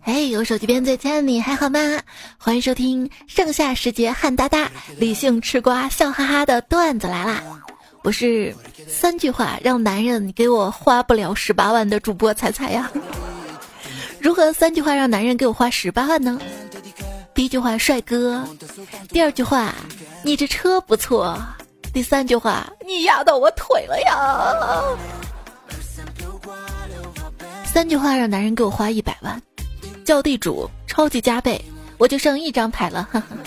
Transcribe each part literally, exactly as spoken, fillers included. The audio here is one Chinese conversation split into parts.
嘿，我手机边最亲爱的你还好吗？欢迎收听盛夏时节汗哒哒，理性吃瓜笑哈哈的段子来啦！我是三句话让男人给我花不了十八万的主播彩彩呀。如何三句话让男人给我花十八万呢？第一句话，帅哥；第二句话，你这车不错；第三句话，你压到我腿了呀。三句话让男人给我花一百万，叫地主，超级加倍，我就剩一张牌了。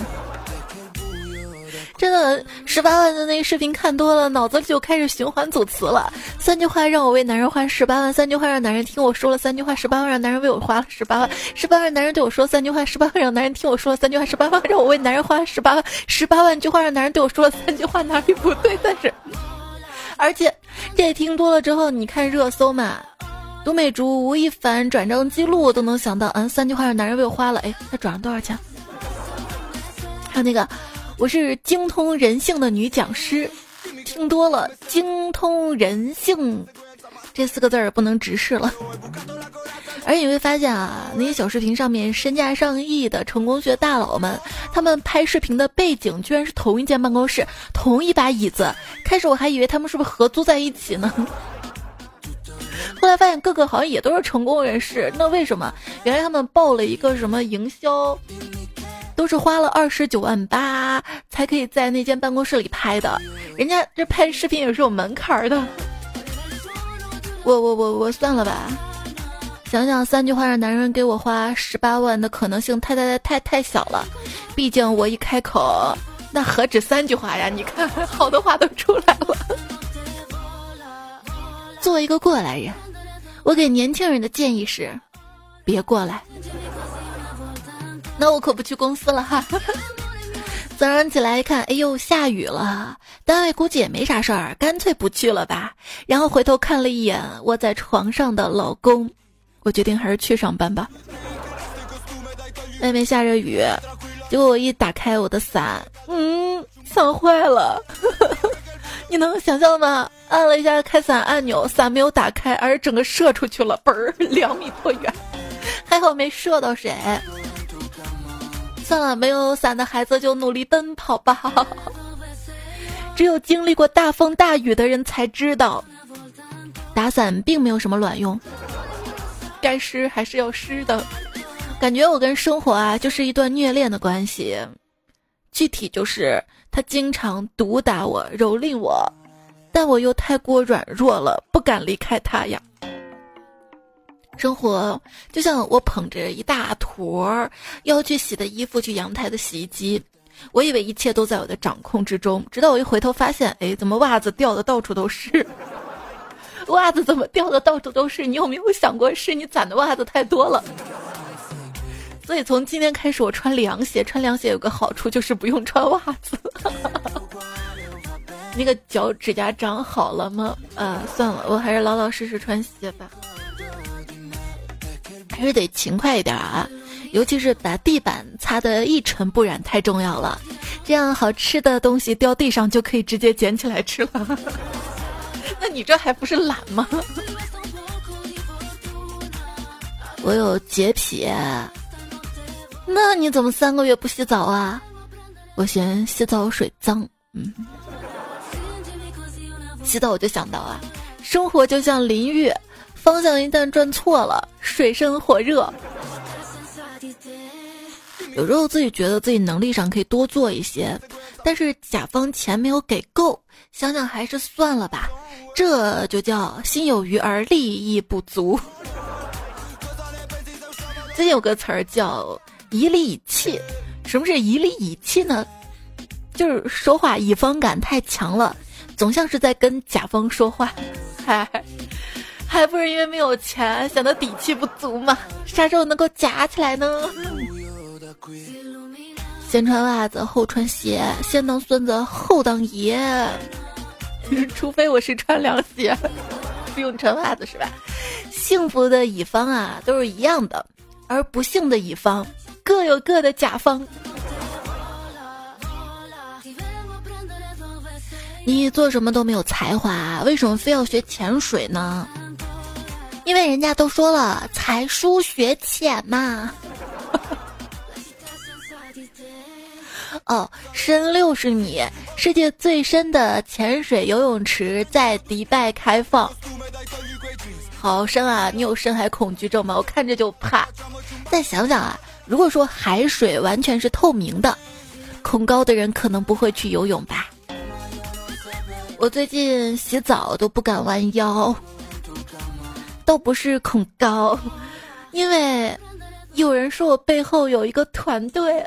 真的，十八万的那个视频看多了，脑子里就开始循环组词了。三句话让我为男人花十八万，三句话让男人听我说了三句话，十八万让男人为我花了十八万，十八万男人对我说三句话，十八万让男人听我说了三句话，十八万让我为男人花十八万，十八万句话让男人对我说了三句话，哪里不对？但是，而且这也听多了之后，你看热搜嘛。杜美竹、吴亦凡转账记录我都能想到，嗯，三句话让男人为我花了，哎，他转了多少钱？还有那个，我是精通人性的女讲师，听多了，精通人性这四个字儿不能直视了。而你会发现啊，那些小视频上面身价上亿的成功学大佬们，他们拍视频的背景居然是同一间办公室，同一把椅子。开始我还以为他们是不是合租在一起呢？后来发现个个好像也都是成功人士，那为什么？原来他们报了一个什么营销，都是花了二十九万八才可以在那间办公室里拍的，人家这拍视频也是有门槛的。我我我我算了吧，想想三句话让男人给我花十八万的可能性太太太太太小了，毕竟我一开口，那何止三句话呀？你看，好多话都出来了。作为一个过来人，我给年轻人的建议是，别过来。那我可不去公司了哈。早上起来一看，哎呦，下雨了，单位估计也没啥事儿，干脆不去了吧。然后回头看了一眼窝在床上的老公，我决定还是去上班吧。外面下着雨，结果我一打开我的伞，嗯，伞坏了。你能想象吗？按了一下开伞按钮，伞没有打开，而整个射出去了，嘣儿，两米多远，还好没射到谁。算了，没有伞的孩子就努力奔跑吧。只有经历过大风大雨的人才知道，打伞并没有什么卵用，该湿还是要湿的。感觉我跟生活啊，就是一段虐恋的关系。具体就是他经常毒打我、蹂躏我，但我又太过软弱了，不敢离开他呀。生活就像我捧着一大坨要去洗的衣服去阳台的洗衣机，我以为一切都在我的掌控之中，直到我一回头发现，哎，怎么袜子掉的到处都是？袜子怎么掉的到处都是？你有没有想过是你攒的袜子太多了？所以从今天开始我穿凉鞋，穿凉鞋有个好处就是不用穿袜子。那个脚指甲长好了吗？啊，算了，我还是老老实实穿鞋吧。还是得勤快一点啊，尤其是把地板擦得一尘不染太重要了，这样好吃的东西掉地上就可以直接捡起来吃了。那你这还不是懒吗？我有洁癖，那你怎么三个月不洗澡啊？我嫌洗澡水脏。嗯，洗澡我就想到啊，生活就像淋浴，方向一旦转错了，水深火热。有时候自己觉得自己能力上可以多做一些，但是甲方钱没有给够，想想还是算了吧，这就叫心有余而力亦不足。最近有个词儿叫一力以气，什么是一力以气呢？就是说话乙方感太强了，总像是在跟甲方说话，还还不是因为没有钱，显得底气不足嘛？啥时候能够夹起来呢？先穿袜子后穿鞋，先当孙子后当爷。除非我是穿凉鞋，不用穿袜子是吧？幸福的乙方啊都是一样的，而不幸的乙方各有各的甲方。你做什么都没有才华，为什么非要学潜水呢？ 因为人家都说了，才疏学浅嘛。哦，深六十米，世界最深的潜水游泳池在迪拜开放。好深啊！你有深海恐惧症吗？我看着就怕。再想想啊，如果说海水完全是透明的，恐高的人可能不会去游泳吧。我最近洗澡都不敢弯腰，倒不是恐高，因为有人说我背后有一个团队。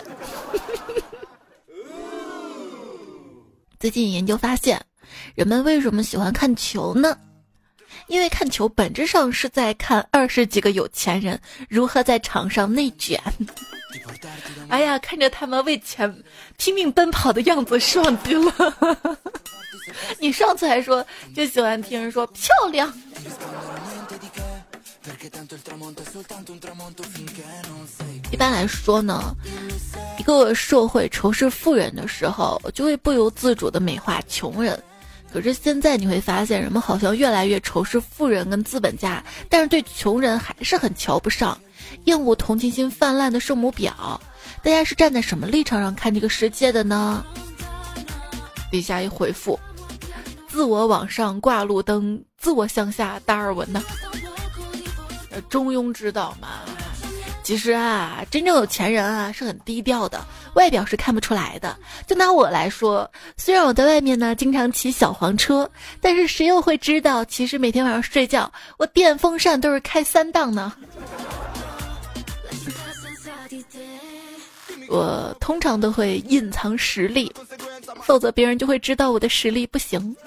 最近研究发现，人们为什么喜欢看球呢？因为看球本质上是在看二十几个有钱人如何在场上内卷。哎呀，看着他们为钱拼命奔跑的样子，失望极了。你上次还说就喜欢听人说漂亮。一般来说呢，一个社会仇视富人的时候，就会不由自主的美化穷人。可是现在你会发现，人们好像越来越仇视富人跟资本家，但是对穷人还是很瞧不上，厌恶同情心泛滥的圣母婊。大家是站在什么立场上看这个世界的呢？底下一回复：自我往上挂路灯，自我向下达尔文呢。中庸之道嘛。其实啊，真正有钱人啊是很低调的，外表是看不出来的。就拿我来说，虽然我在外面呢经常骑小黄车，但是谁又会知道，其实每天晚上睡觉，我电风扇都是开三档呢。我通常都会隐藏实力，否则别人就会知道我的实力不行。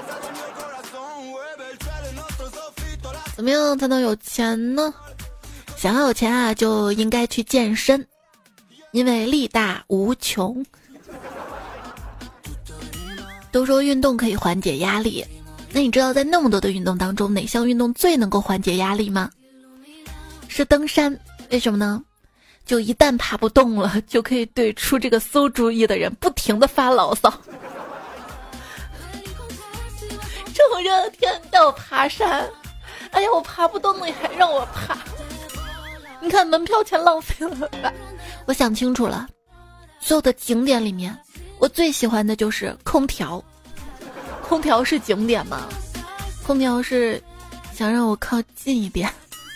怎么样才能有钱呢？想要有钱啊，就应该去健身，因为力大无穷。都说运动可以缓解压力，那你知道在那么多的运动当中，哪项运动最能够缓解压力吗？是登山。为什么呢？就一旦爬不动了，就可以对出这个馊主意的人不停的发牢骚。这么热的天带我爬山，哎呀，我爬不动了，你还让我爬，你看门票钱浪费了吧？我想清楚了，所有的景点里面，我最喜欢的就是空调。空调是景点吗？空调是想让我靠近一点。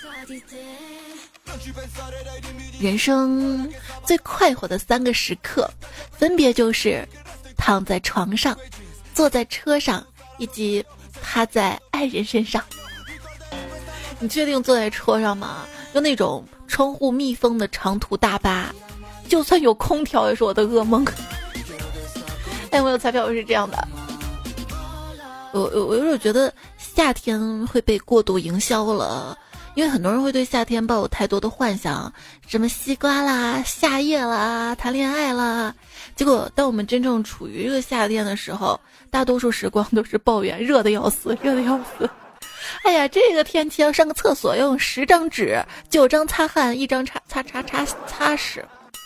人生最快活的三个时刻，分别就是躺在床上、坐在车上以及趴在爱人身上。你确定坐在车上吗？就那种窗户密封的长途大巴，就算有空调也是我的噩梦。哎，我有彩票是这样的，我我我有时候觉得夏天会被过度营销了，因为很多人会对夏天抱有太多的幻想，什么西瓜啦、夏夜啦、谈恋爱啦。结果当我们真正处于这个夏天的时候，大多数时光都是抱怨，热的要死，热的要死。哎呀，这个天气要上个厕所要用十张纸，九张擦汗，一张擦擦擦擦擦屎。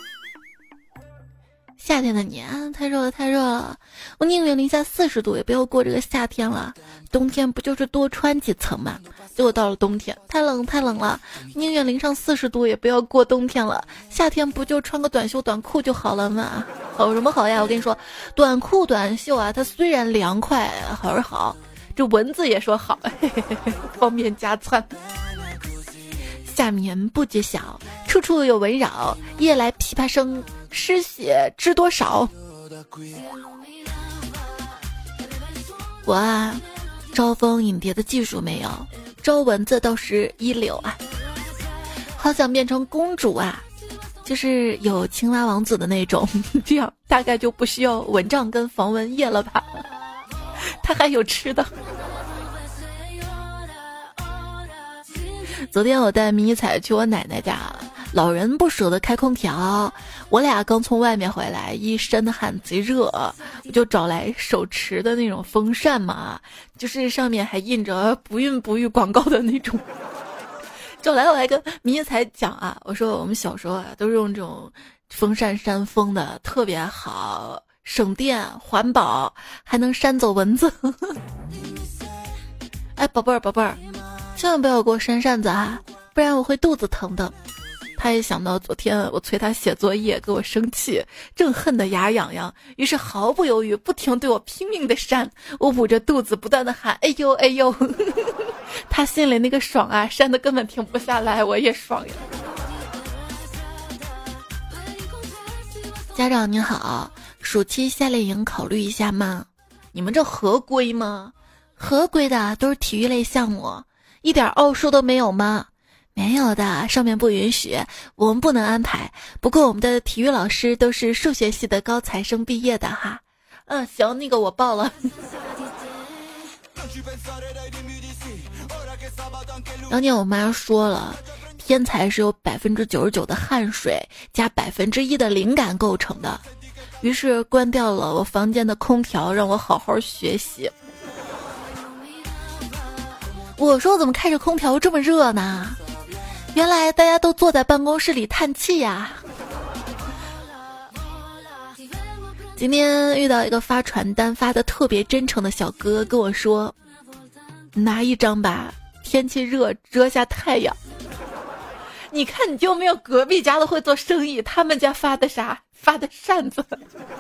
夏天的你啊，太热了，太热了！我宁愿零下四十度，也不要过这个夏天了。冬天不就是多穿几层嘛？结果到了冬天，太冷太冷了，宁愿零上四十度，也不要过冬天了。夏天不就穿个短袖短裤就好了嘛？好什么好呀？我跟你说，短裤短袖啊，它虽然凉快，好是好，这蚊子也说好，嘿嘿嘿，方便加餐。夏眠不觉晓，处处有蚊扰，夜来琵琶声，失血知多少。我啊，招蜂引蝶的技术没有，招蚊子倒是一流啊。好想变成公主啊，就是有青蛙王子的那种，这样大概就不需要蚊帐跟防蚊液了吧。他还有吃的。昨天我带迷彩去我奶奶家，老人不舍得开空调，我俩刚从外面回来，一身汗贼热，我就找来手持的那种风扇嘛，就是上面还印着不孕不育广告的那种。找来我还跟迷彩讲啊，我说我们小时候啊都是用这种风扇扇风的，特别好，省电环保，还能扇走蚊子。哎，宝贝儿宝贝儿， 千万不要给我扇扇子啊，不然我会肚子疼的。他也想到昨天我催他写作业给我生气，正恨得牙痒痒，于是毫不犹豫不停对我拼命的扇，我捂着肚子不断的喊哎呦哎呦他心里那个爽啊，扇得根本停不下来，我也爽呀。家长您好，暑期夏令营考虑一下吗？你们这合规吗？合规的都是体育类项目，一点奥数都没有吗？没有的，上面不允许，我们不能安排。不过我们的体育老师都是数学系的高材生毕业的哈。嗯，行，那个我报了。当年我妈说了，天才是由百分之九十九的汗水加百分之一的灵感构成的。于是关掉了我房间的空调，让我好好学习。我说怎么开着空调这么热呢？原来大家都坐在办公室里叹气呀。今天遇到一个发传单发的特别真诚的小哥，跟我说拿一张吧，天气热遮下太阳。你看你就没有隔壁家的会做生意，他们家发的啥？发的扇子。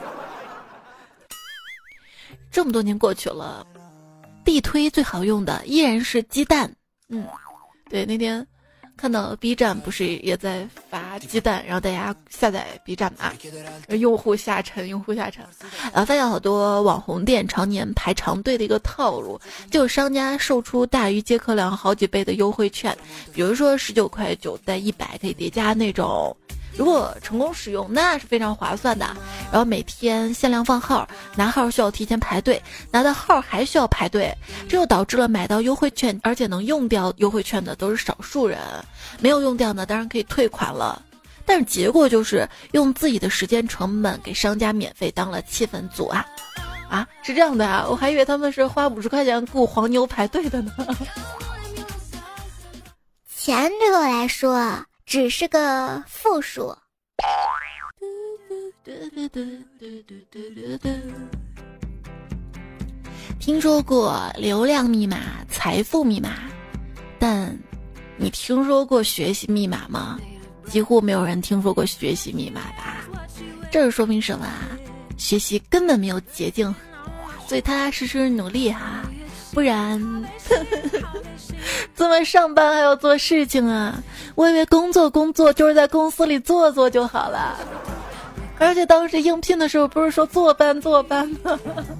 这么多年过去了，地推最好用的依然是鸡蛋。嗯，对，那天看到 B 站不是也在发鸡蛋，然后大家下载 B 站嘛，用户下沉，用户下沉，然后发现好多网红店常年排长队的一个套路，就是商家售出大于接客量好几倍的优惠券，比如说十九块九带一百可以叠加那种。如果成功使用，那是非常划算的。然后每天限量放号，拿号需要提前排队，拿到号还需要排队，这就导致了买到优惠券而且能用掉优惠券的都是少数人，没有用掉呢当然可以退款了。但是结果就是用自己的时间成本给商家免费当了气氛组啊啊，是这样的啊，我还以为他们是花五十块钱雇黄牛排队的呢。 钱对我来说只是个负数。 听说过流量密码、财富密码，但你听说过学习密码吗？几乎没有人听说过学习密码吧？这是说明什么啊？学习根本没有捷径，所以踏踏实实努力哈，不然怎么上班还要做事情啊？我以为工作工作就是在公司里坐坐就好了，而且当时应聘的时候不是说坐班坐班吗？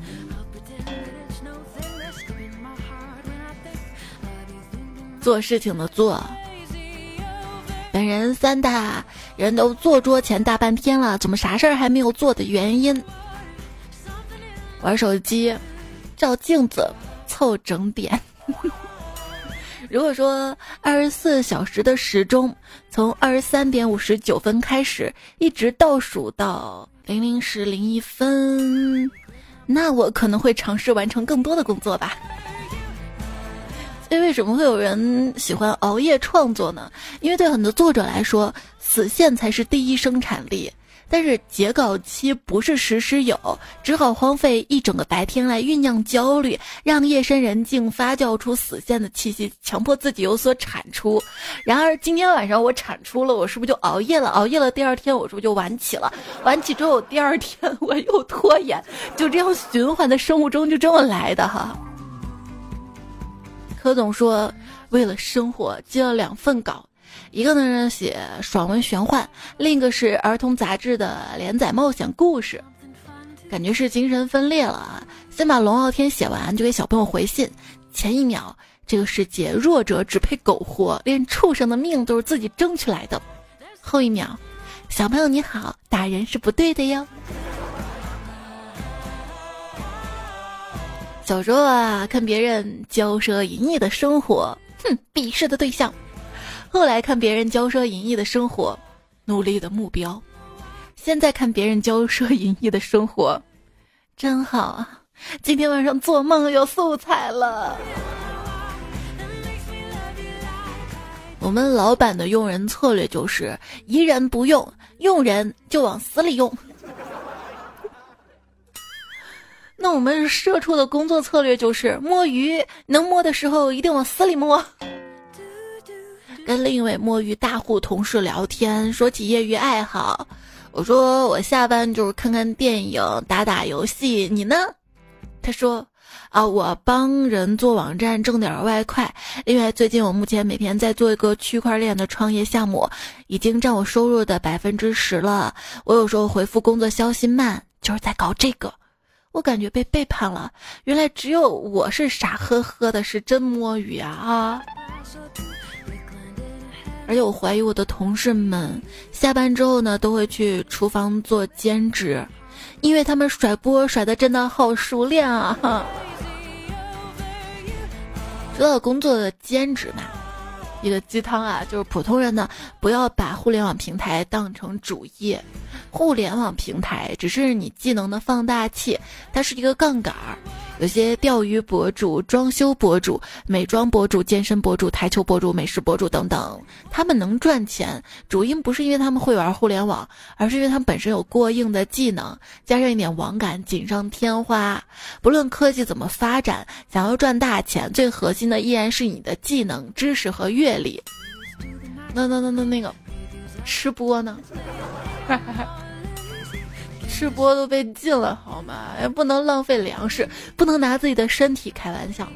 做事情的做，本人三大人都坐桌前大半天了，怎么啥事儿还没有做的原因？玩手机，照镜子，凑整点。如果说二十四小时的时钟从二十三点五十九分开始，一直倒数到零零时零一分，那我可能会尝试完成更多的工作吧。所以为什么会有人喜欢熬夜创作呢？因为对很多作者来说，死线才是第一生产力。但是截稿期不是时时有，只好荒废一整个白天来酝酿焦虑，让夜深人静发酵出死线的气息，强迫自己有所产出。然而今天晚上我产出了，我是不是就熬夜了？熬夜了，第二天我是不是就晚起了？晚起之后第二天我又拖延，就这样循环的生物钟就这么来的哈。柯总说，为了生活接了两份稿。一个呢是写爽文玄幻，另一个是儿童杂志的连载冒险故事，感觉是精神分裂了啊！先把龙傲天写完，就给小朋友回信。前一秒，这个世界弱者只配苟活，连畜生的命都是自己争取来的。后一秒，小朋友你好，打人是不对的哟。小时候啊，看别人骄奢淫逸的生活，哼，鄙视的对象。后来看别人骄奢淫逸的生活，努力的目标。现在看别人骄奢淫逸的生活，真好啊！今天晚上做梦有素材了。我们老板的用人策略就是疑人不用，用人就往死里用。那我们社畜的工作策略就是摸鱼，能摸的时候一定往死里摸。 跟另一位摸鱼大户同事聊天，说起业余爱好。我说我下班就是看看电影，打打游戏，你呢？他说啊，我帮人做网站挣点外快。另外，最近我目前每天在做一个区块链的创业项目，已经占我收入的百分之十了。我有时候回复工作消息慢，就是在搞这个。我感觉被背叛了，原来只有我是傻呵呵的，是真摸鱼啊啊！而且我怀疑我的同事们下班之后呢，都会去厨房做兼职，因为他们甩锅甩的真的好熟练啊！说到工作的兼职嘛，一个鸡汤啊，就是普通人呢不要把互联网平台当成主业，互联网平台只是你技能的放大器，它是一个杠杆儿。有些钓鱼博主、装修博主、美妆博主、健身博主、台球博主、美食博主等等，他们能赚钱，主因不是因为他们会玩互联网，而是因为他们本身有过硬的技能，加上一点网感，锦上添花。不论科技怎么发展，想要赚大钱，最核心的依然是你的技能、知识和阅历。那那那那那个吃播呢？吃播都被禁了好吗？也不能浪费粮食，不能拿自己的身体开玩笑。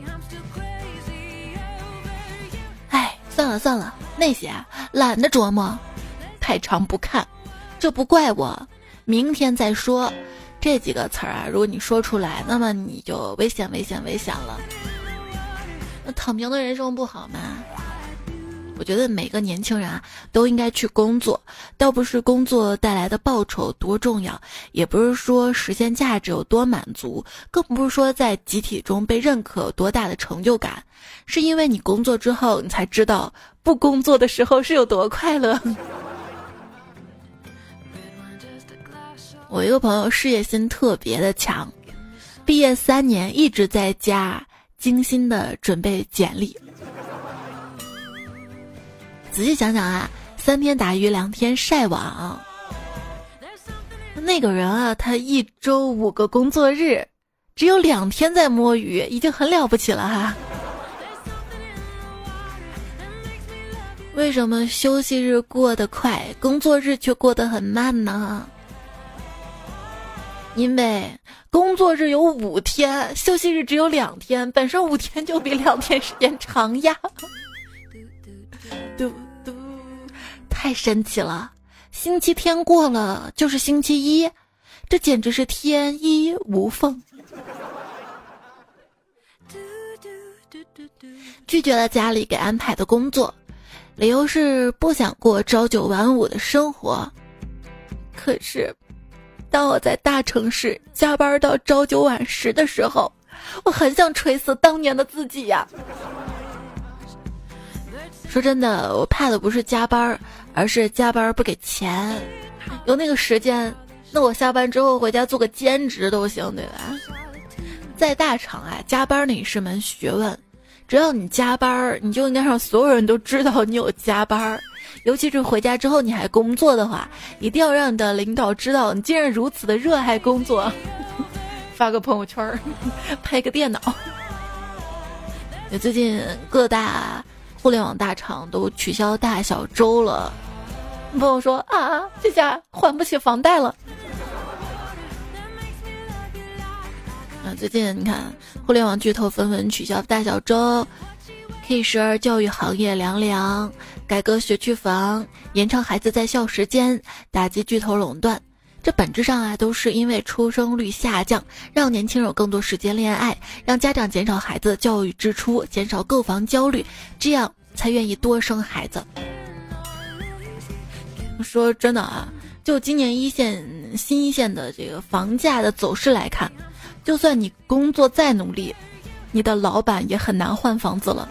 哎，算了算了，那些懒得琢磨，太长不看，这不怪我，明天再说。这几个词儿啊，如果你说出来，那么你就危险危险危险了。那躺平的人生不好吗？我觉得每个年轻人啊都应该去工作，倒不是工作带来的报酬多重要，也不是说实现价值有多满足，更不是说在集体中被认可有多大的成就感，是因为你工作之后你才知道不工作的时候是有多快乐。我一个朋友事业心特别的强，毕业三年一直在家精心的准备简历。仔细想想啊，三天打鱼两天晒网，那个人啊，他一周五个工作日，只有两天在摸鱼，已经很了不起了哈。为什么休息日过得快，工作日却过得很慢呢？因为工作日有五天，休息日只有两天，本身五天就比两天时间长呀。嘟嘟，太神奇了！星期天过了就是星期一，这简直是天衣无缝。拒绝了家里给安排的工作，理由是不想过朝九晚五的生活。可是，当我在大城市加班到朝九晚十的时候，我很想锤死当年的自己呀！说真的，我怕的不是加班，而是加班不给钱。有那个时间，那我下班之后回家做个兼职都行，对吧？在大厂啊，加班那是门学问。只要你加班，你就应该让所有人都知道你有加班。尤其是回家之后你还工作的话，一定要让你的领导知道你竟然如此的热爱工作。发个朋友圈，拍个电脑。最近各大互联网大厂都取消大小周了，朋友说啊，这下还不起房贷了。啊，最近你看，互联网巨头纷纷取消大小周 ，K 十二教育行业凉凉，改革学区房，延长孩子在校时间，打击巨头垄断。这本质上啊，都是因为出生率下降，让年轻人有更多时间恋爱，让家长减少孩子的教育支出，减少购房焦虑，这样才愿意多生孩子。说真的啊，就今年一线、新一线的这个房价的走势来看，就算你工作再努力，你的老板也很难换房子了。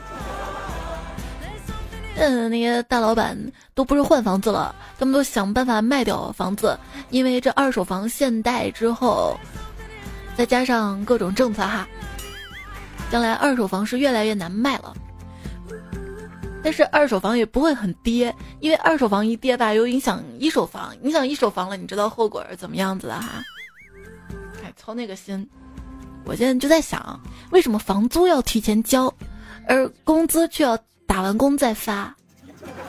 嗯，那些大老板都不是换房子了，他们都想办法卖掉房子，因为这二手房限贷之后，再加上各种政策哈，将来二手房是越来越难卖了。但是二手房也不会很跌，因为二手房一跌吧，又影响一手房，影响一手房了，你知道后果是怎么样子的哈？哎，操那个心！我现在就在想，为什么房租要提前交，而工资却要打完工再发？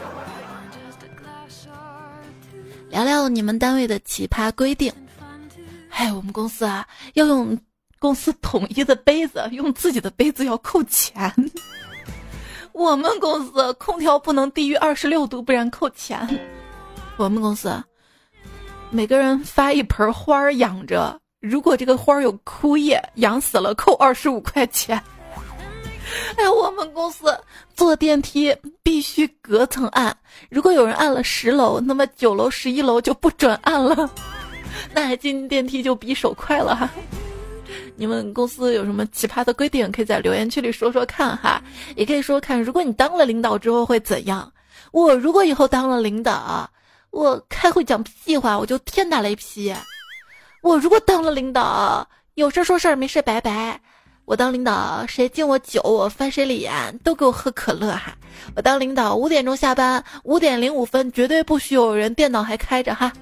聊聊你们单位的奇葩规定。哎，我们公司啊，要用公司统一的杯子，用自己的杯子要扣钱。我们公司空调不能低于二十六度，不然扣钱。我们公司每个人发一盆花养着，如果这个花有枯叶，养死了扣二十五块钱。哎，我们公司坐电梯必须隔层按，如果有人按了十楼，那么九楼、十一楼就不准按了，那还进电梯就比手快了哈。你们公司有什么奇葩的规定，可以在留言区里说说看哈，也可以说看，如果你当了领导之后会怎样。我如果以后当了领导，我开会讲屁话，我就天打雷劈。我如果当了领导，有事说事没事拜拜。我当领导，谁敬我酒我翻谁脸，都给我喝可乐哈。我当领导，五点钟下班，五点零五分绝对不许有人电脑还开着哈，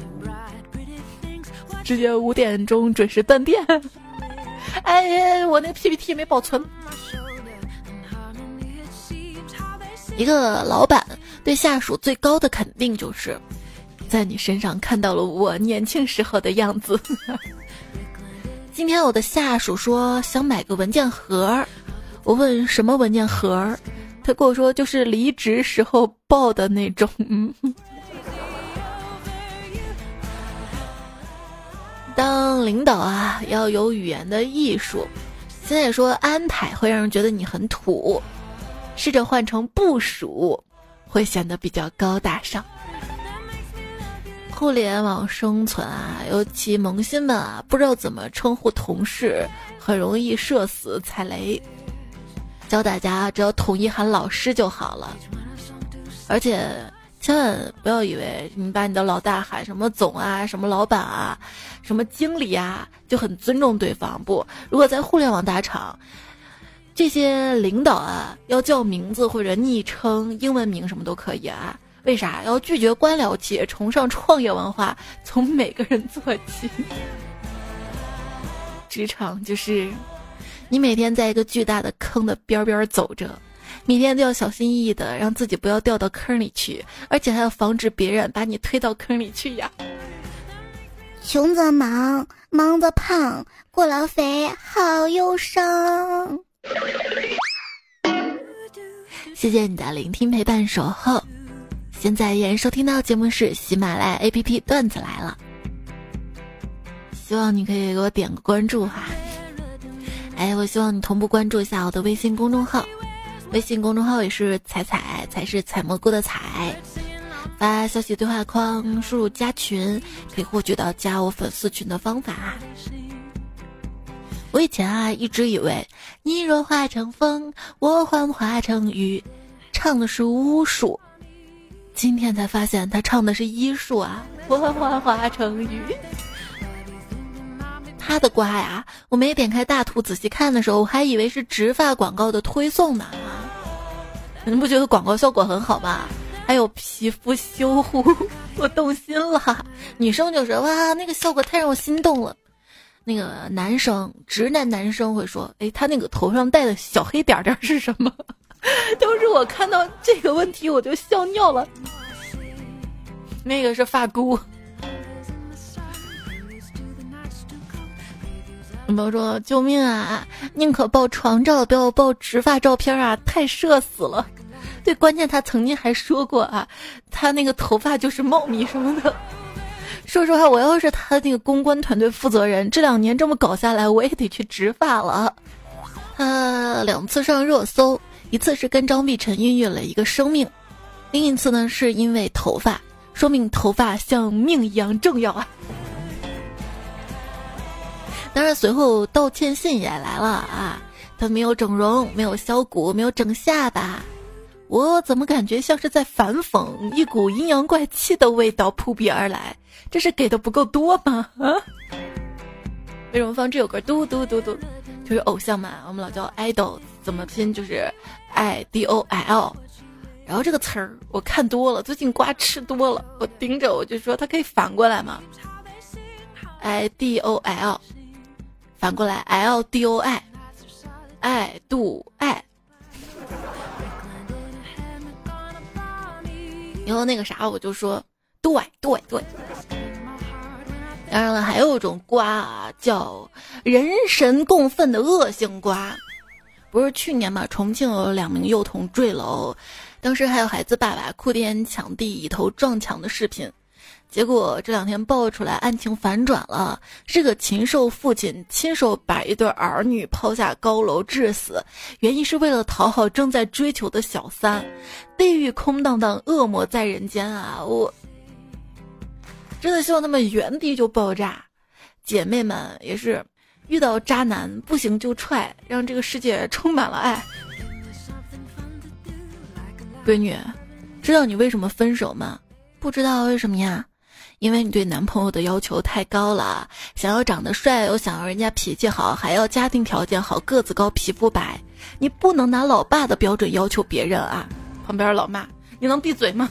直接五点钟准时断电。哎，我那 P P T 没保存。一个老板对下属最高的肯定就是在你身上看到了我年轻时候的样子。今天我的下属说想买个文件盒，我问什么文件盒，他跟我说就是离职时候抱的那种。嗯，当领导啊要有语言的艺术，现在说安排会让人觉得你很土，试着换成部署会显得比较高大上。互联网生存啊，尤其萌新们啊，不知道怎么称呼同事，很容易社死踩雷。教大家只要统一喊老师就好了，而且千万不要以为你把你的老大喊什么总啊、什么老板啊、什么经理啊，就很尊重对方。不，如果在互联网大厂，这些领导啊要叫名字或者昵称、英文名什么都可以啊。为啥要拒绝官僚企业，崇尚创业文化，从每个人做起？职场就是你每天在一个巨大的坑的边边走着，每天都要小心翼翼的让自己不要掉到坑里去，而且还要防止别人把你推到坑里去呀。 穷则忙，忙则胖，过劳肥好忧伤。 谢谢你的聆听陪伴守候。现在依然收听到节目是喜马拉雅 A P P 段子来了，希望你可以给我点个关注哈。哎，我希望你同步关注一下我的微信公众号，微信公众号也是彩彩，才是采蘑菇的彩。发消息对话框输入加群，可以获取到加我粉丝群的方法。我以前啊一直以为你若化成风，我幻化成雨，唱的是巫术。今天才发现他唱的是医术啊！我幻化成雨。他的瓜呀，我没点开大图仔细看的时候，我还以为是植发广告的推送呢。你不觉得广告效果很好吗？还有皮肤修护，我动心了。女生就是哇，那个效果太让我心动了。那个男生，直男男生会说，哎，他那个头上戴的小黑点点是什么？当时我看到这个问题我就笑尿了。那个是发箍。有朋友说救命啊，宁可爆床照不要爆植发照片啊，太社死了。对，关键他曾经还说过啊，他那个头发就是茂密什么的。说实话，我要是他那个公关团队负责人，这两年这么搞下来，我也得去植发了。他两次上热搜，一次是跟张碧晨孕育了一个生命，另一次呢是因为头发，说明头发像命一样重要啊。当然随后道歉信也来了啊，他没有整容，没有削骨，没有整下巴，我怎么感觉像是在反讽，一股阴阳怪气的味道扑鼻而来，这是给的不够多吗？啊？为什么放这首歌嘟嘟嘟嘟？就是偶像嘛，我们老叫 idol， 怎么拼就是 I D O L。然后这个词儿我看多了，最近瓜吃多了，我盯着我就说它可以反过来吗 ？I D O L， 反过来 L D O I， 爱度爱。以后那个啥，我就说对对对。当然了，还有一种瓜啊，叫人神共愤的恶性瓜。不是去年嘛，重庆有两名幼童坠楼，当时还有孩子爸爸哭天抢地以头撞墙的视频。结果这两天爆出来，案情反转了，是个禽兽父亲亲手把一对儿女抛下高楼致死，原因是为了讨好正在追求的小三。地狱空荡荡，恶魔在人间啊！我真的希望他们原地就爆炸。姐妹们也是遇到渣男不行就踹，让这个世界充满了爱。闺女，知道你为什么分手吗？不知道为什么呀？因为你对男朋友的要求太高了，想要长得帅，又想要人家脾气好，还要家庭条件好，个子高，皮肤白。你不能拿老爸的标准要求别人啊！旁边老妈，你能闭嘴吗？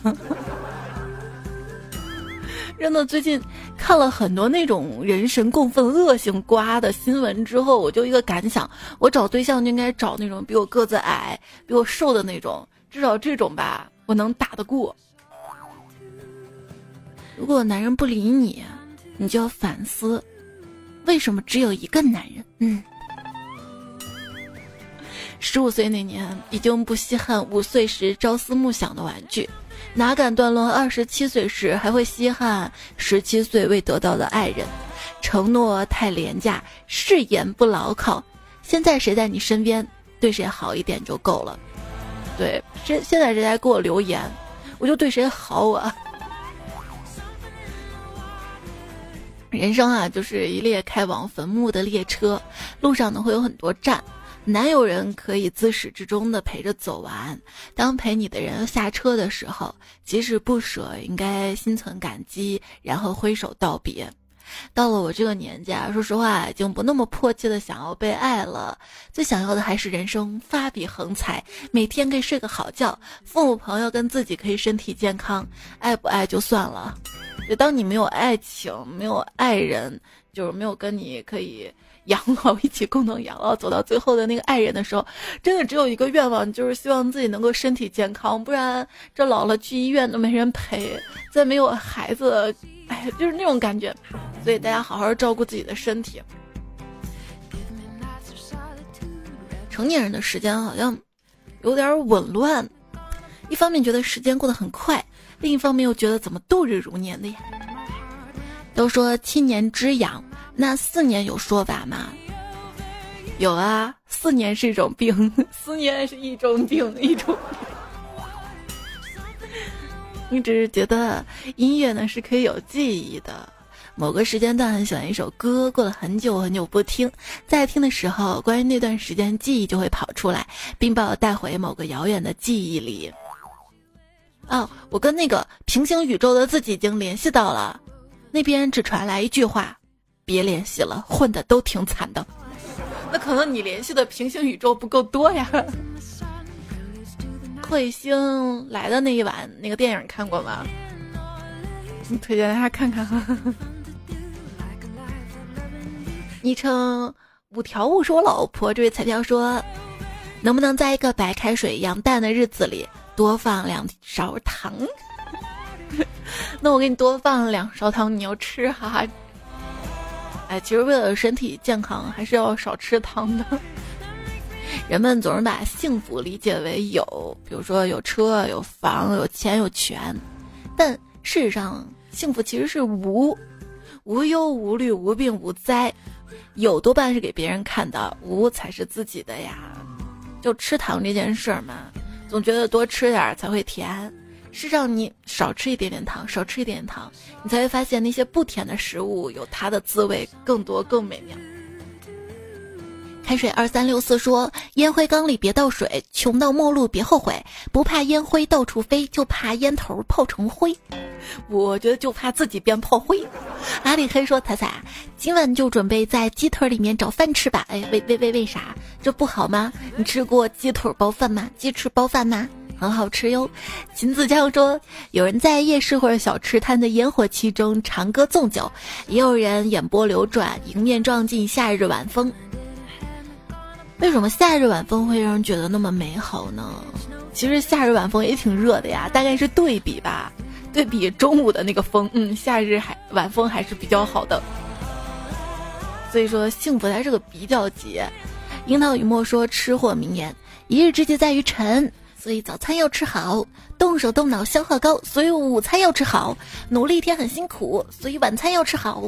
真的，最近看了很多那种人神共愤恶性瓜的新闻之后，我就一个感想，我找对象就应该找那种比我个子矮，比我瘦的那种，至少这种吧我能打得过。如果男人不理你，你就要反思，为什么只有一个男人？嗯，十五岁那年已经不稀罕五岁时朝思暮想的玩具，哪敢断论二十七岁时还会稀罕十七岁未得到的爱人。承诺太廉价，誓言不牢靠。现在谁在你身边，对谁好一点就够了。对，现现在谁在给我留言，我就对谁好啊。人生啊，就是一列开往坟墓的列车，路上呢会有很多站，难有人可以自始至终的陪着走完。当陪你的人下车的时候，即使不舍，应该心存感激，然后挥手道别。到了我这个年纪啊，说实话已经不那么迫切的想要被爱了，最想要的还是人生发笔横财，每天可以睡个好觉，父母朋友跟自己可以身体健康，爱不爱就算了。就当你没有爱情，没有爱人，就是没有跟你可以养老，一起共同养老走到最后的那个爱人的时候，真的只有一个愿望，就是希望自己能够身体健康，不然这老了去医院都没人陪，再没有孩子，哎，就是那种感觉。所以大家好好照顾自己的身体。成年人的时间好像有点紊乱，一方面觉得时间过得很快，另一方面又觉得怎么度日如年的呀。都说七年之痒，那四年有说法吗？有啊，四年是一种病，四年是一种病，一种病。你只是觉得音乐呢是可以有记忆的，某个时间段很喜欢一首歌，过了很久很久不听，在听的时候，关于那段时间记忆就会跑出来，并把我带回某个遥远的记忆里。哦，我跟那个平行宇宙的自己已经联系到了，那边只传来一句话：别联系了，混的都挺惨的。那可能你联系的平行宇宙不够多呀。彗星来的那一晚，那个电影看过吗？你推荐大家看看。昵称五条悟是我老婆，这位彩票说，能不能在一个白开水一样淡的日子里多放两勺糖？那我给你多放两勺糖，你要吃哈哈。哎，其实为了身体健康，还是要少吃糖的。人们总是把幸福理解为有，比如说有车、有房、有钱、有权，但事实上，幸福其实是无，无忧无虑、无病无灾。有多半是给别人看的，无才是自己的呀。就吃糖这件事儿嘛，总觉得多吃点才会甜。事实上，你少吃一点点糖，少吃一点点糖，你才会发现那些不甜的食物有它的滋味，更多更美妙。开水二三六四说，烟灰缸里别倒水，穷到末路别后悔，不怕烟灰到处飞，就怕烟头泡成灰。我觉得就怕自己变炮灰。阿里黑说，彩彩今晚就准备在鸡腿里面找饭吃吧。哎，为为为为啥？这不好吗？你吃过鸡腿包饭吗？鸡翅包饭吗？很好吃哟。秦子江说，有人在夜市或者小吃摊的烟火气中长歌纵酒，也有人眼波流转，迎面撞进夏日晚风。为什么夏日晚风会让人觉得那么美好呢？其实夏日晚风也挺热的呀，大概是对比吧。 对比中午的那个风，嗯，夏日还晚风还是比较好的。所以说幸福才是个比较级。樱桃雨墨说吃货名言，一日之计在于晨，所以早餐要吃好，动手动脑消耗高，所以午餐要吃好，努力一天很辛苦，所以晚餐要吃好。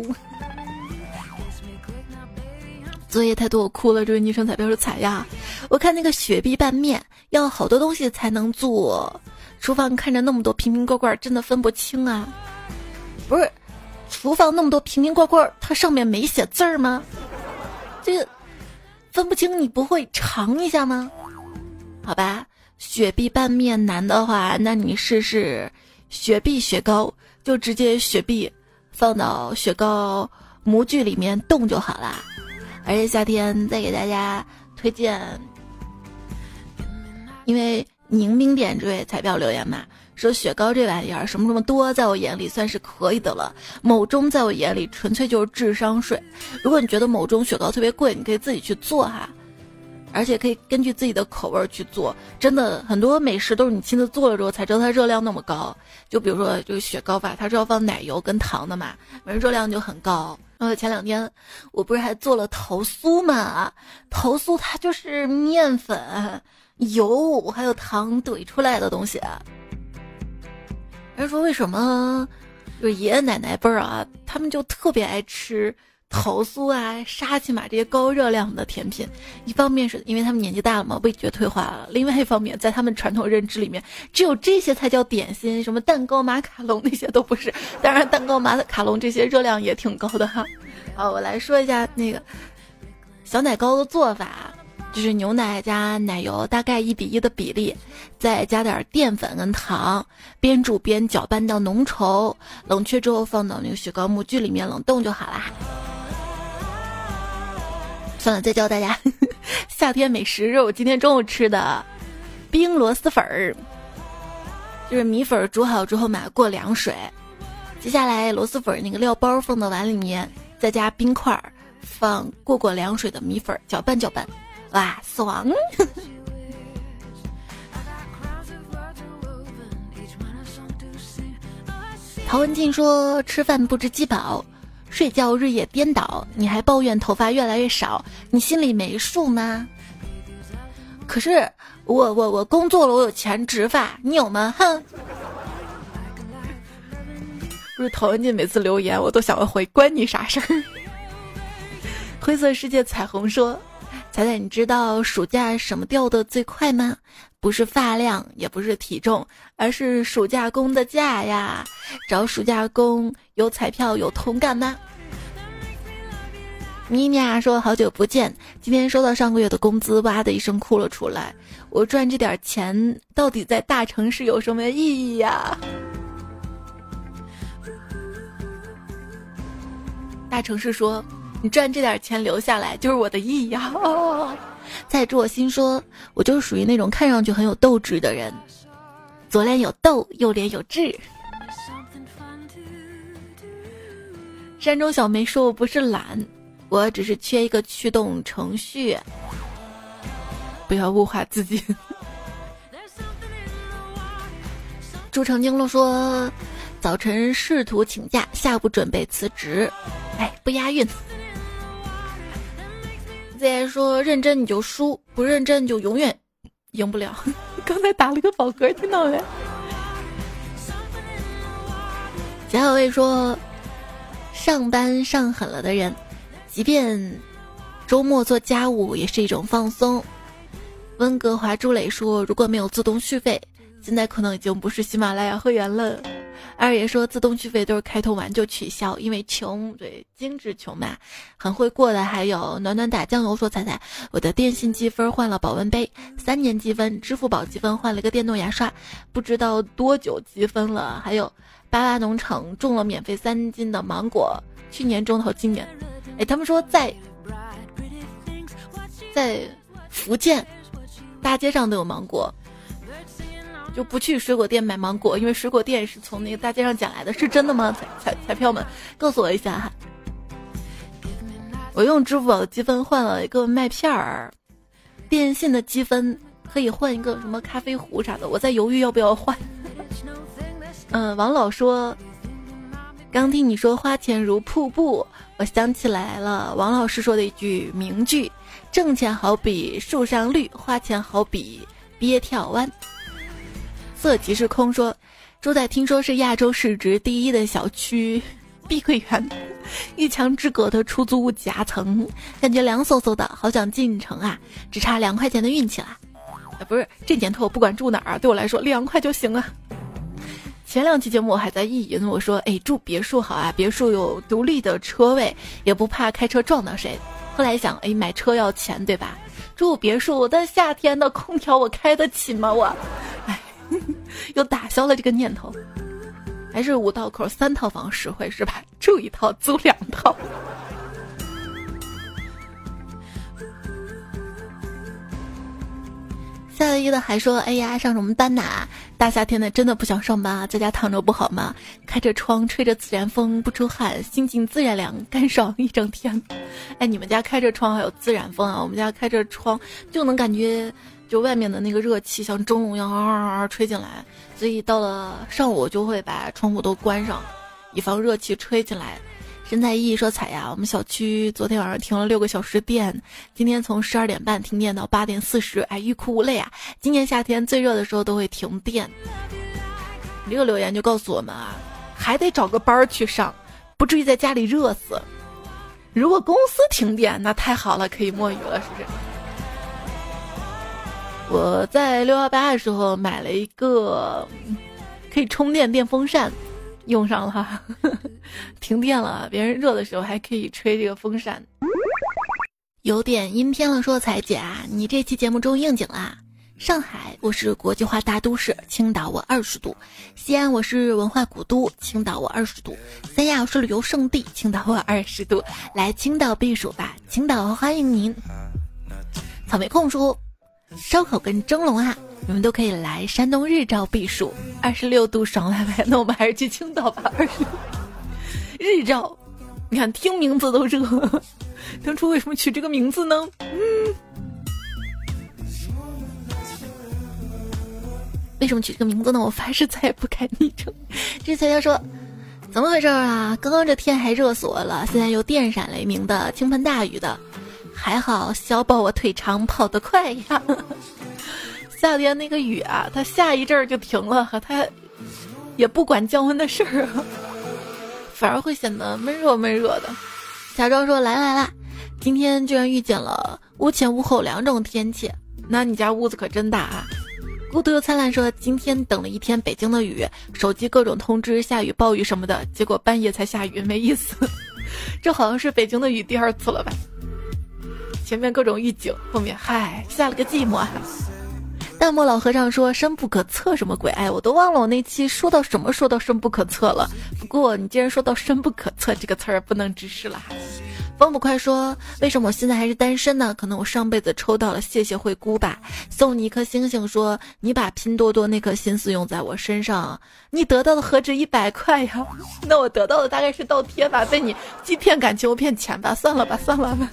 作业太多我哭了，这位昵称彩票是彩呀。我看那个雪碧拌面要好多东西才能做，厨房看着那么多瓶瓶罐罐，真的分不清啊。不是厨房那么多瓶瓶罐罐，它上面没写字儿吗？这个分不清，你不会尝一下吗？好吧，雪碧拌面难的话，那你试试雪碧雪糕，就直接雪碧放到雪糕模具里面冻就好啦。而且夏天再给大家推荐，因为宁冰点这位彩票留言嘛，说雪糕这玩意儿什么什么多，在我眼里算是可以的了。某中在我眼里纯粹就是智商税。如果你觉得某中雪糕特别贵，你可以自己去做哈，而且可以根据自己的口味去做。真的很多美食都是你亲自做了之后才知道它热量那么高。就比如说这个雪糕吧，它是要放奶油跟糖的嘛，反正热量就很高。然后前两天我不是还做了桃酥嘛，桃酥它就是面粉、油还有糖怼出来的东西。人说为什么就是爷爷奶奶辈儿啊，他们就特别爱吃桃酥啊、沙琪玛这些高热量的甜品。一方面是因为他们年纪大了嘛，味觉退化了，另外一方面在他们传统认知里面，只有这些才叫点心，什么蛋糕、马卡龙那些都不是。当然蛋糕、马卡龙这些热量也挺高的哈。好，我来说一下那个小奶糕的做法，就是牛奶加奶油大概一比一的比例，再加点淀粉跟糖，边煮边搅拌到浓稠，冷却之后放到那个雪糕模具里面冷冻就好啦。算了，再教大家呵呵夏天美食，我今天中午吃的冰螺蛳粉儿，就是米粉煮好之后嘛，过凉水，接下来螺蛳粉那个料包放到碗里面，再加冰块，放过过凉水的米粉，搅拌搅拌，哇，爽！陶文静说：“吃饭不知饥饱，睡觉日夜颠倒，你还抱怨头发越来越少，你心里没数吗？”可是我我我工作了，我有钱植发，你有吗？哼！不是陶文静每次留言，我都想要回，关你啥事儿？灰色世界彩虹说：“彩彩，你知道暑假什么掉的最快吗？不是发量，也不是体重，而是暑假工的假呀！找暑假工有彩票有同感吗？”妮妮啊说：“好久不见，今天收到上个月的工资，哇的一声哭了出来。我赚这点钱，到底在大城市有什么意义呀？”大城市说：“你赚这点钱留下来就是我的意义呀！”哦，在祝我心说：“我就是属于那种看上去很有斗志的人，左脸有斗，右脸有志。”山中小梅说：“我不是懒，我只是缺一个驱动程序。”不要物化自己。朱成经路说：“早晨试图请假，下午准备辞职。”哎，不押韵。再说认真你就输，不认真你就永远赢不了。刚才打了个饱嗝，听到没？贾小卫说：“上班上狠了的人，即便周末做家务也是一种放松。”温格华朱磊说：“如果没有自动续费，现在可能已经不是喜马拉雅会员了。”二爷说：“自动续费都是开通完就取消，因为穷，对，精致穷嘛。”很会过的还有暖暖打酱油说：“彩彩，我的电信积分换了保温杯，三年积分；支付宝积分换了一个电动牙刷，不知道多久积分了。”还有巴巴农场种了免费三斤的芒果，去年种到今年。哎，他们说在在福建大街上都有芒果。就不去水果店买芒果，因为水果店是从那个大街上捡来的，是真的吗？彩彩彩票们告诉我一下哈。我用支付宝的积分换了一个麦片儿，电信的积分可以换一个什么咖啡壶啥的，我在犹豫要不要换。 嗯，王老说，刚听你说花钱如瀑布，我想起来了王老师说的一句名句：挣钱好比树上绿，花钱好比憋跳湾。色即是空说，住在听说是亚洲市值第一的小区碧桂园一墙之隔的出租屋夹层，感觉凉飕飕的，好想进城啊，只差两块钱的运气啦。啊，不是，这年头不管住哪儿啊，对我来说两块就行啊。前两期节目我还在意淫，我说哎，住别墅好啊，别墅有独立的车位，也不怕开车撞到谁。后来想，哎，买车要钱对吧？住别墅，但夏天的空调我开得起吗？我，哎，又打消了这个念头。还是五道口三套房实惠是吧？住一套租两套。夏威夷的还说，哎呀，上什么班呐？大夏天的真的不想上班，在家躺着不好吗？开着窗吹着自然风不出汗，心情自然凉，干爽一整天。哎，你们家开着窗还有自然风啊？我们家开着窗就能感觉就外面的那个热气像蒸笼一样啊吹进来，所以到了上午就会把窗户都关上，以防热气吹进来。身材意义说彩呀，我们小区昨天晚上停了六个小时电，今天从十二点半停电到八点四十，哎，欲哭无泪啊！今年夏天最热的时候都会停电。这个留言就告诉我们啊，还得找个班儿去上，不至于在家里热死。如果公司停电，那太好了，可以摸鱼了，是不是？我在六幺八的时候买了一个可以充电电风扇。用上了，停电了，别人热的时候还可以吹这个风扇。有点阴天了，说彩姐啊，你这期节目终于应景啦。上海我是国际化大都市，青岛我二十度；西安我是文化古都，青岛我二十度；三亚我是旅游胜地，青岛我二十度。来青岛避暑吧，青岛欢迎您。草莓控说，烧烤跟蒸笼啊，你们都可以来山东日照避暑，二十六度爽来来，那我们还是去青岛吧。二十日照，你看听名字都热，当初为什么取这个名字呢？嗯，为什么取这个名字呢？我发誓再也不改昵称。这才要说，怎么回事啊？刚刚这天还热死我了，现在又电闪雷鸣的，倾盆大雨的，还好小宝我腿长跑得快呀。夏天那个雨啊，它下一阵儿就停了，和它也不管降温的事儿啊，反而会显得闷热闷热的。假装说来来来，今天居然遇见了屋前屋后两种天气，那你家屋子可真大啊。孤独又灿烂说，今天等了一天北京的雨，手机各种通知下雨暴雨什么的，结果半夜才下雨，没意思。这好像是北京的雨第二次了吧？前面各种预警，后面嗨下了个寂寞。淡漠老和尚说，深不可测什么鬼？哎，我都忘了我那期说到什么说到深不可测了。不过你既然说到深不可测这个词儿，不能直视了。风不快说，为什么我现在还是单身呢？可能我上辈子抽到了谢谢惠姑吧。送你一颗星星说，你把拼多多那颗心思用在我身上，你得到的何止一百块呀？那我得到的大概是倒贴吧，被你既骗感情又骗钱吧，算了吧算了吧。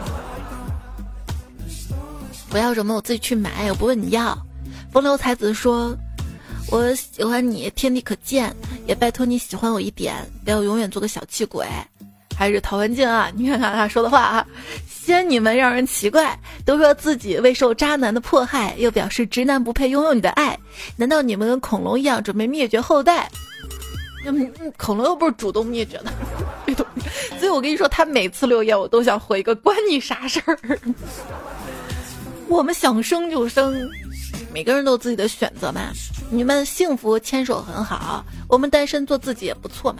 我要什么我自己去买，我不问你要。风流才子说，我喜欢你天地可见，也拜托你喜欢我一点，不要永远做个小气鬼。还是陶文静啊，你看看他说的话啊，仙女们让人奇怪，都说自己未受渣男的迫害，又表示直男不配拥有你的爱，难道你们跟恐龙一样准备灭绝后代？嗯，恐龙又不是主动灭绝的，所以我跟你说，他每次留言我都想回一个关你啥事儿。我们想生就生，每个人都有自己的选择嘛。你们幸福牵手很好，我们单身做自己也不错嘛。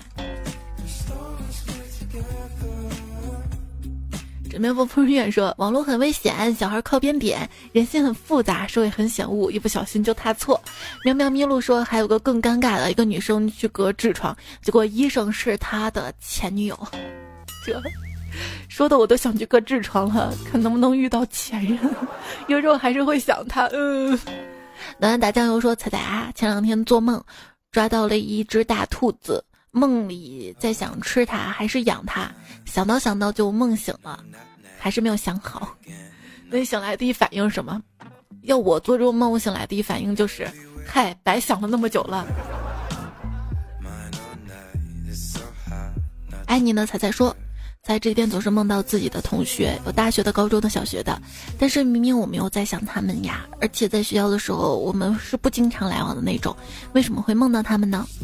枕边风风远说，网络很危险，小孩靠边点，人性很复杂，社会很险恶，一不小心就踏错。喵喵咪路说，还有个更尴尬的，一个女生去隔痔疮，结果医生是她的前女友。这说的我都想去割痔疮了，看能不能遇到前任。有时候还是会想他。嗯，暖暖打酱油说，彩彩啊，前两天做梦抓到了一只大兔子，梦里在想吃它还是养它，想到想到就梦醒了，还是没有想好。那你醒来第一反应是什么？要我做这种梦，我醒来第一反应就是，嗨，白想了那么久了。 爱你呢彩彩说，在这边总是梦到自己的同学，有大学的、高中的、小学的，但是明明我没有在想他们呀，而且在学校的时候我们是不经常来往的那种，为什么会梦到他们呢？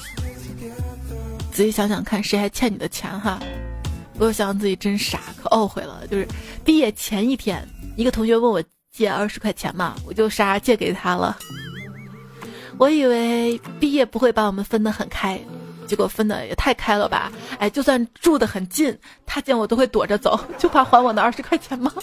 仔细想想看，谁还欠你的钱哈？我想自己真傻，可懊悔了。就是毕业前一天，一个同学问我借二十块钱嘛，我就傻借给他了。我以为毕业不会把我们分得很开，结果分得也太开了吧！哎，就算住得很近，他见我都会躲着走，就怕还我那二十块钱吗？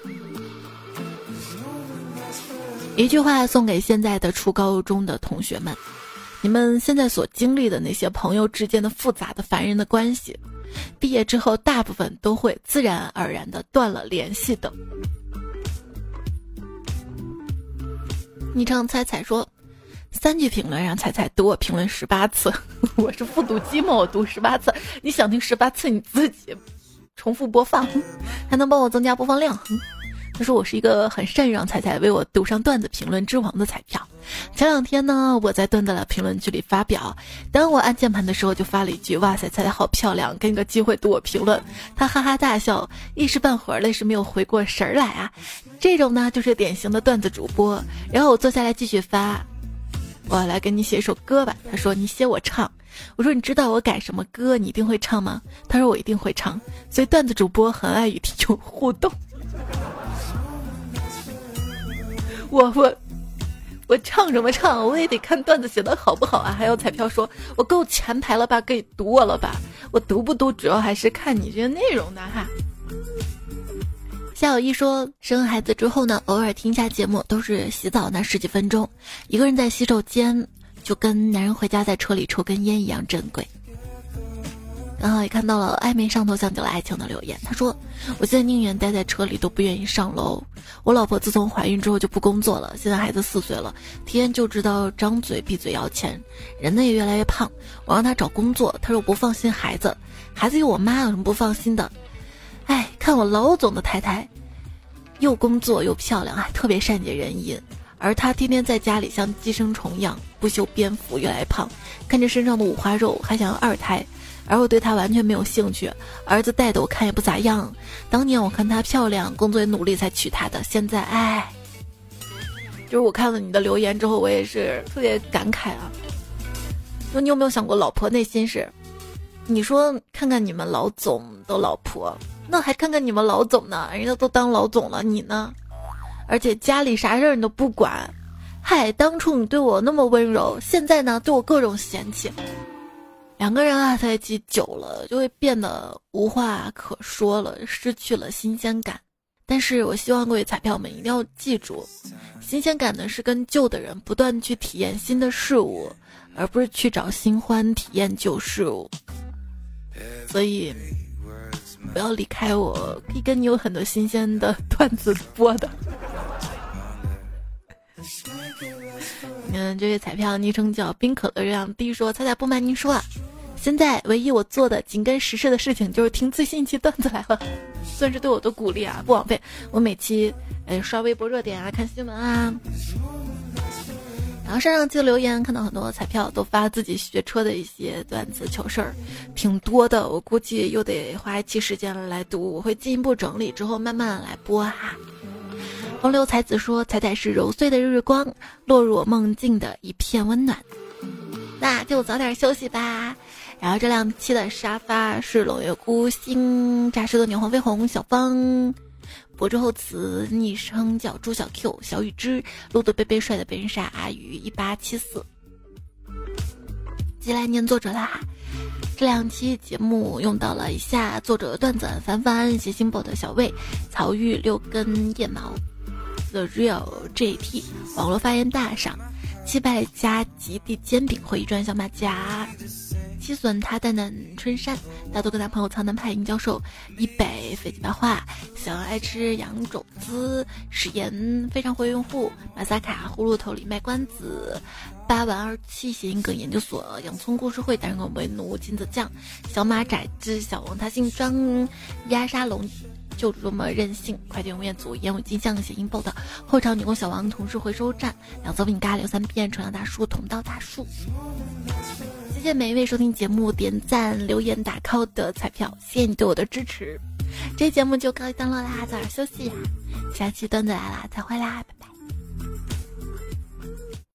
一句话送给现在的初高中的同学们，你们现在所经历的那些朋友之间的复杂的烦人的关系，毕业之后大部分都会自然而然的断了联系的。昵称彩彩说，三句评论让彩彩读我评论十八次，我是复读机吗？我读十八次，你想听十八次你自己重复播放，还能帮我增加播放量。他说我是一个很善于让彩彩为我读上段子评论之王的彩票。前两天呢，我在段子的评论区里发表，当我按键盘的时候就发了一句，哇塞，彩彩好漂亮，给你个机会读我评论。他哈哈大笑，一时半会儿累是没有回过神儿来啊。这种呢就是典型的段子主播。然后我坐下来继续发，我来给你写一首歌吧。他说你写我唱。我说你知道我改什么歌你一定会唱吗？他说我一定会唱。所以段子主播很爱与听众互动。我我我唱什么唱？我也得看段子写的好不好啊！还有彩票说我够前排了吧，可以读我了吧？我读不读主要还是看你这些内容的哈。夏有一说，生孩子之后呢，偶尔听一下节目，都是洗澡那十几分钟，一个人在洗手间，就跟男人回家在车里抽根烟一样珍贵。然后也看到了暧昧上头像起了爱情的留言，他说我现在宁愿待在车里都不愿意上楼。我老婆自从怀孕之后就不工作了，现在孩子四岁了，天天就知道张嘴闭嘴要钱，人呢也越来越胖。我让他找工作，他说我不放心孩子，孩子有我妈有什么不放心的？哎，看我老总的太太又工作又漂亮，还特别善解人意，而他天天在家里像寄生虫一样不修边幅，越来越胖，看着身上的五花肉还想要二胎，而我对他完全没有兴趣，儿子带的我看也不咋样。当年我看她漂亮，工作也努力才娶她的，现在哎，就是我看了你的留言之后，我也是特别感慨啊。说你有没有想过，老婆内心是，你说看看你们老总都老婆，那还看看你们老总呢，人家都当老总了，你呢？而且家里啥事儿你都不管，嗨，当初你对我那么温柔，现在呢对我各种嫌弃。两个人啊在一起久了就会变得无话可说了，失去了新鲜感。但是我希望各位彩票们一定要记住，新鲜感呢是跟旧的人不断去体验新的事物，而不是去找新欢体验旧事物。所以不要离开我，可以跟你有很多新鲜的段子播的。嗯，这位彩票昵称叫冰可乐热量低说，彩彩不瞒您说啊，现在唯一我做的紧跟时事的事情就是听最新一期段子来了，算是对我的鼓励啊，不枉费我每期哎刷微博热点啊，看新闻啊。然后上上期的留言看到很多彩票都发自己学车的一些段子糗事儿，挺多的，我估计又得花一期时间来读，我会进一步整理之后慢慢来播哈。风流才子说，彩彩是揉碎的日光，落入我梦境的一片温暖，那就早点休息吧。然后这两期的沙发是冷月孤星、诈尸的牛黄飞鸿、小芳、博之后词、昵称叫朱小 Q、小雨之、路德贝贝帅的被人杀、阿鱼一八七四。接来念作者啦，这两期节目用到了以下作者段子：凡凡、谐星 bot 的小魏、曹玉、六根腋毛、The Real J T、网络发言大赏、七败加极地煎饼、会议专小马甲、七损他蛋蛋春山、大多跟他朋友苍南派银教授、一北飞机白话、想爱吃羊肘子、史岩非常会用户、马萨卡葫芦头里卖关子、八万二七谐音梗研究所、洋葱故事会、单人狗为奴、金子酱、小马窄之小王他姓张、鸭沙龙就这么任性，快点吴彦祖、烟雾金像谐音 bot、后场女工小王同事回收站、两则问你嘎刘三变、重阳大叔同道大树。 谢每一位收听节目、点赞、留言、打 call 的彩票，谢谢你对我的支持。这期节目就告一段落啦，早点休息呀，下期段子来啦，再会啦，拜拜。